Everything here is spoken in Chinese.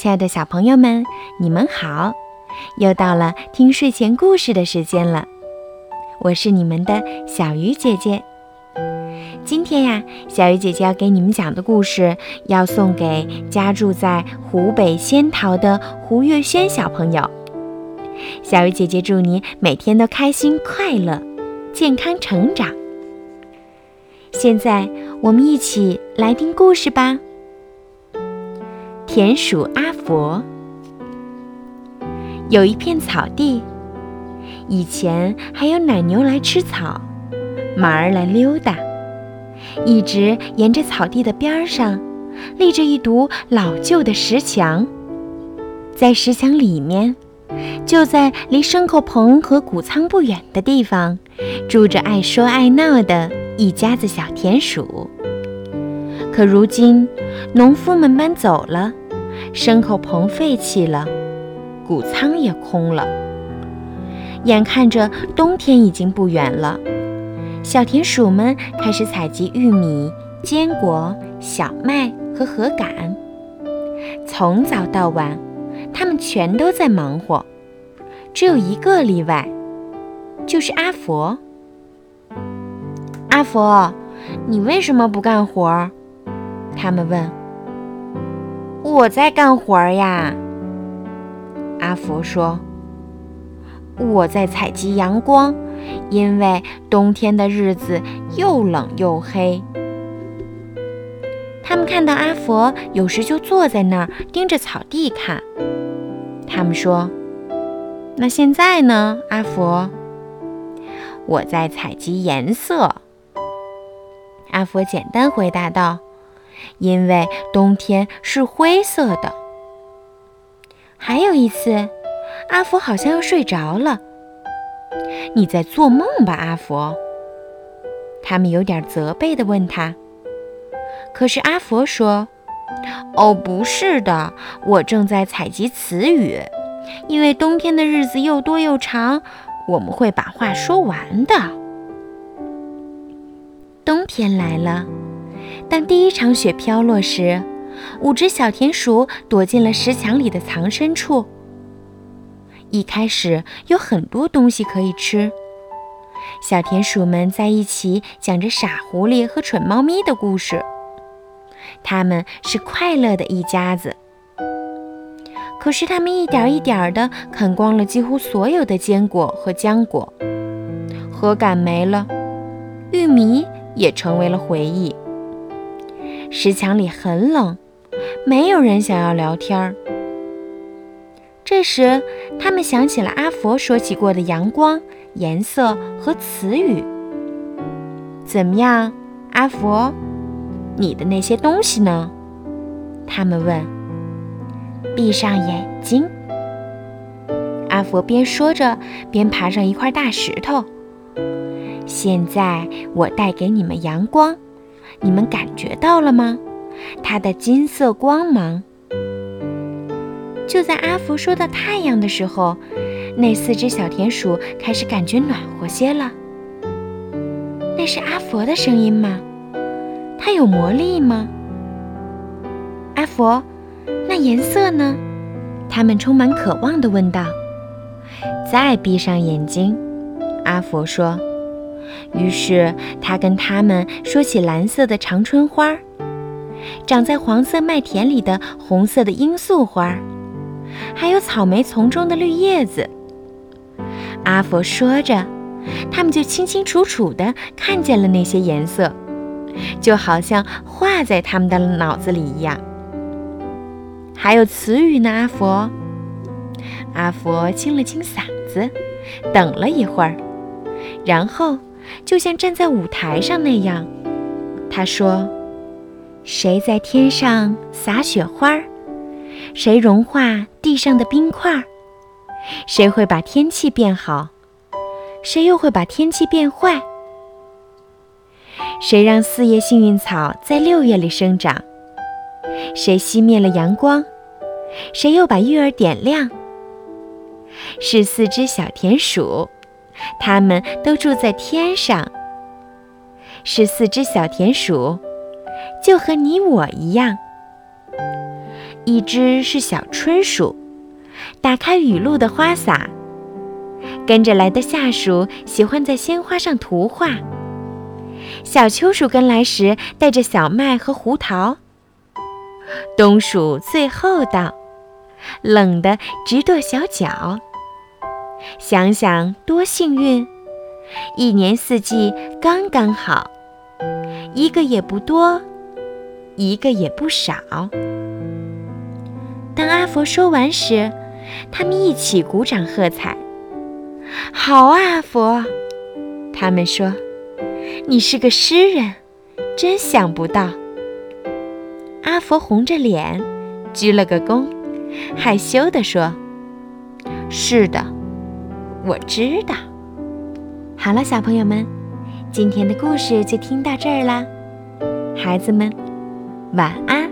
亲爱的小朋友们，你们好！又到了听睡前故事的时间了，我是你们的小鱼姐姐。今天呀，小鱼姐姐要给你们讲的故事，要送给家住在湖北仙桃的胡月轩小朋友。小鱼姐姐祝你每天都开心快乐，健康成长。现在我们一起来听故事吧。田鼠阿佛。有一片草地，以前还有奶牛来吃草，马儿来溜达。一直沿着草地的边上，立着一堵老旧的石墙。在石墙里面，就在离牲口棚和谷仓不远的地方，住着爱说爱闹的一家子小田鼠。可如今，农夫们搬走了，牲口棚废弃了，谷仓也空了。眼看着冬天已经不远了，小田鼠们开始采集玉米、坚果、小麦和禾秆。从早到晚，它们全都在忙活，只有一个例外，就是阿佛。阿佛，你为什么不干活？他们问。我在干活呀，阿佛说。我在采集阳光，因为冬天的日子又冷又黑。他们看到阿佛有时就坐在那儿盯着草地看。他们说，那现在呢，阿佛？我在采集颜色。阿佛简单回答道，因为冬天是灰色的。还有一次，阿佛好像要睡着了。你在做梦吧，阿佛？他们有点责备地问他。可是阿佛说，哦，不是的，我正在采集词语，因为冬天的日子又多又长，我们会把话说完的。冬天来了，当第一场雪飘落时，5只小田鼠躲进了石墙里的藏身处。一开始有很多东西可以吃，小田鼠们在一起讲着傻狐狸和蠢猫咪的故事，他们是快乐的一家子。可是他们一点一点地啃光了几乎所有的坚果和浆果，禾秆没了，玉米也成为了回忆。石墙里很冷，没有人想要聊天。这时，他们想起了阿佛说起过的阳光、颜色和词语。怎么样，阿佛？你的那些东西呢？他们问。闭上眼睛。阿佛边说着，边爬上一块大石头。现在我带给你们阳光，你们感觉到了吗？它的金色光芒。就在阿佛说到太阳的时候，那4只小田鼠开始感觉暖和些了。那是阿佛的声音吗？它有魔力吗？阿佛，那颜色呢？他们充满渴望地问道。再闭上眼睛，阿佛说。于是他跟他们说起蓝色的长春花，长在黄色麦田里的红色的罂粟花，还有草莓丛中的绿叶子。阿佛说着，他们就清清楚楚地看见了那些颜色，就好像画在他们的脑子里一样。还有词语呢，阿佛？阿佛清了清嗓子，等了一会儿，然后就像站在舞台上那样，他说，谁在天上撒雪花？谁融化地上的冰块？谁会把天气变好？谁又会把天气变坏？谁让4叶幸运草在6月里生长？谁熄灭了阳光？谁又把月儿点亮？是4只小田鼠，它们都住在天上。是4只小田鼠，就和你我一样。 一只是小春鼠，打开雨露的花洒，跟着来的下属喜欢在鲜花上涂画。小秋鼠跟来时带着小麦和胡桃。冬鼠最后到，冷得直跺小脚。想想多幸运，一年四季刚刚好，一个也不多，一个也不少。当阿佛说完时，他们一起鼓掌喝彩。好啊，阿佛，他们说，你是个诗人，真想不到。阿佛红着脸，鞠了个躬，害羞地说，是的，我知道。好了，小朋友们，今天的故事就听到这儿啦。孩子们，晚安。